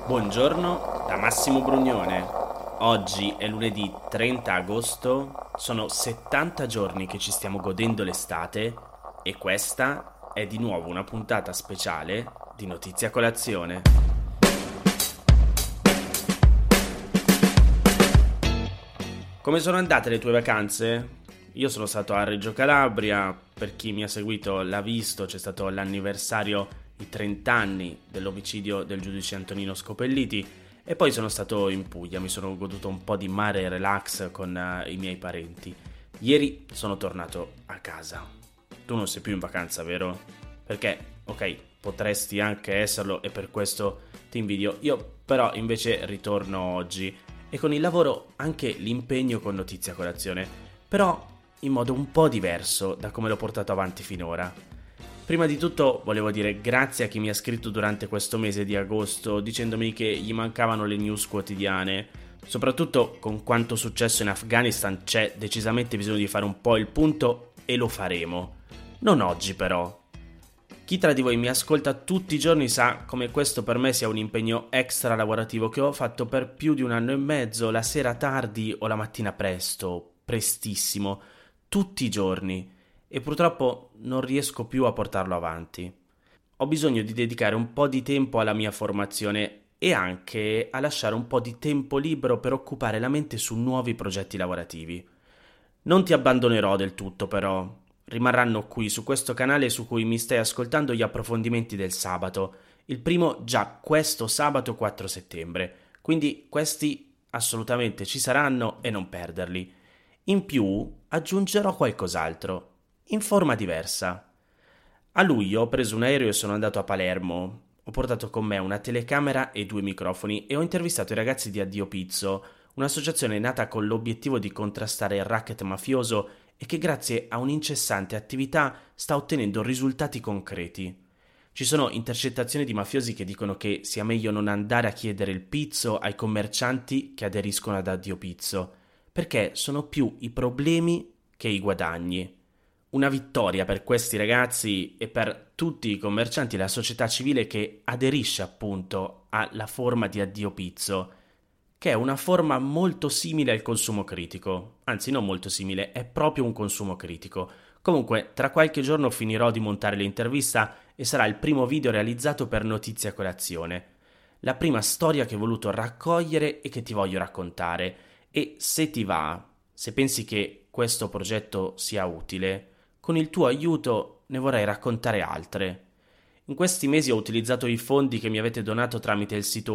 Buongiorno da Massimo Brugnone. Oggi è lunedì 30 agosto, sono 70 giorni che ci stiamo godendo l'estate e questa è di nuovo una puntata speciale di Notizia Colazione. Come sono andate le tue vacanze? Io sono stato a Reggio Calabria, per chi mi ha seguito l'ha visto, c'è stato l'anniversario, i 30 anni dell'omicidio del giudice Antonino Scopelliti e poi sono stato in Puglia, mi sono goduto un po' di mare e relax con i miei parenti. Ieri sono tornato a casa. Tu non sei più in vacanza, vero? Perché, ok, potresti anche esserlo e per questo ti invidio. Io però invece ritorno oggi e con il lavoro anche l'impegno con Notizia Colazione, però in modo un po' diverso da come l'ho portato avanti finora. Prima di tutto volevo dire grazie a chi mi ha scritto durante questo mese di agosto dicendomi che gli mancavano le news quotidiane. Soprattutto con quanto successo in Afghanistan c'è decisamente bisogno di fare un po' il punto e lo faremo. Non oggi però. Chi tra di voi mi ascolta tutti i giorni sa come questo per me sia un impegno extra lavorativo che ho fatto per più di un anno e mezzo, la sera tardi o la mattina presto, prestissimo, tutti i giorni. E purtroppo non riesco più a portarlo avanti. Ho bisogno di dedicare un po' di tempo alla mia formazione e anche a lasciare un po' di tempo libero per occupare la mente su nuovi progetti lavorativi. Non ti abbandonerò del tutto però. Rimarranno qui su questo canale su cui mi stai ascoltando gli approfondimenti del sabato, il primo già questo sabato 4 settembre, quindi questi assolutamente ci saranno e non perderli. In più aggiungerò qualcos'altro, in forma diversa. A luglio ho preso un aereo e sono andato a Palermo. Ho portato con me una telecamera e 2 microfoni e ho intervistato i ragazzi di Addio Pizzo, un'associazione nata con l'obiettivo di contrastare il racket mafioso e che grazie a un'incessante attività sta ottenendo risultati concreti. Ci sono intercettazioni di mafiosi che dicono che sia meglio non andare a chiedere il pizzo ai commercianti che aderiscono ad Addio Pizzo, perché sono più i problemi che i guadagni. Una vittoria per questi ragazzi e per tutti i commercianti e la società civile che aderisce appunto alla forma di Addio Pizzo, che è una forma molto simile al consumo critico, anzi non molto simile, è proprio un consumo critico. Comunque, tra qualche giorno finirò di montare l'intervista e sarà il primo video realizzato per Notizia Colazione, la prima storia che ho voluto raccogliere e che ti voglio raccontare. E se ti va, se pensi che questo progetto sia utile, con il tuo aiuto ne vorrei raccontare altre. In questi mesi ho utilizzato i fondi che mi avete donato tramite il sito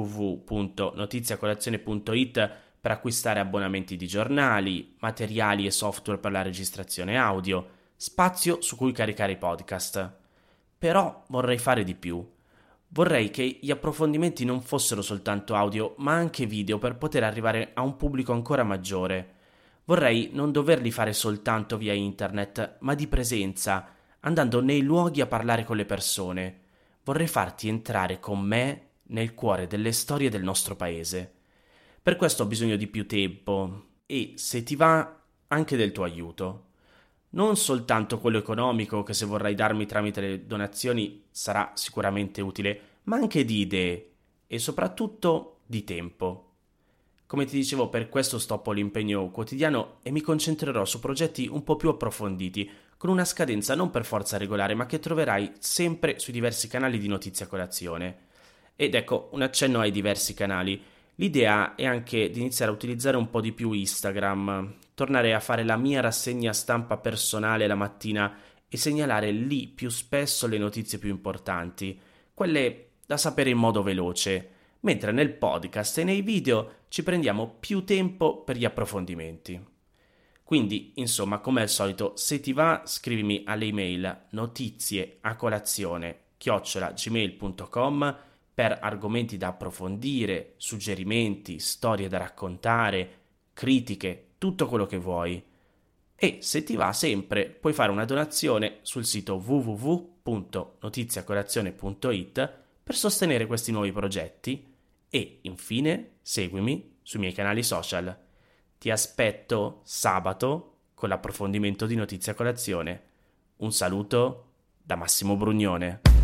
www.notiziacolazione.it per acquistare abbonamenti di giornali, materiali e software per la registrazione audio, spazio su cui caricare i podcast. Però vorrei fare di più. Vorrei che gli approfondimenti non fossero soltanto audio, ma anche video per poter arrivare a un pubblico ancora maggiore. Vorrei non doverli fare soltanto via internet, ma di presenza, andando nei luoghi a parlare con le persone. Vorrei farti entrare con me nel cuore delle storie del nostro paese. Per questo ho bisogno di più tempo e, se ti va, anche del tuo aiuto. Non soltanto quello economico, che se vorrai darmi tramite le donazioni sarà sicuramente utile, ma anche di idee e soprattutto di tempo. Come ti dicevo, per questo stoppo l'impegno quotidiano e mi concentrerò su progetti un po' più approfonditi, con una scadenza non per forza regolare, ma che troverai sempre sui diversi canali di Notizia Colazione. Ed ecco, un accenno ai diversi canali. L'idea è anche di iniziare a utilizzare un po' di più Instagram, tornare a fare la mia rassegna stampa personale la mattina e segnalare lì più spesso le notizie più importanti, quelle da sapere in modo veloce, mentre nel podcast e nei video ci prendiamo più tempo per gli approfondimenti. Quindi, insomma, come al solito, se ti va, scrivimi all'email notizieacolazione@gmail.com per argomenti da approfondire, suggerimenti, storie da raccontare, critiche, tutto quello che vuoi. E se ti va sempre puoi fare una donazione sul sito www.notiziacolazione.it per sostenere questi nuovi progetti e infine seguimi sui miei canali social. Ti aspetto sabato con l'approfondimento di Notizia Colazione. Un saluto da Massimo Brugnone.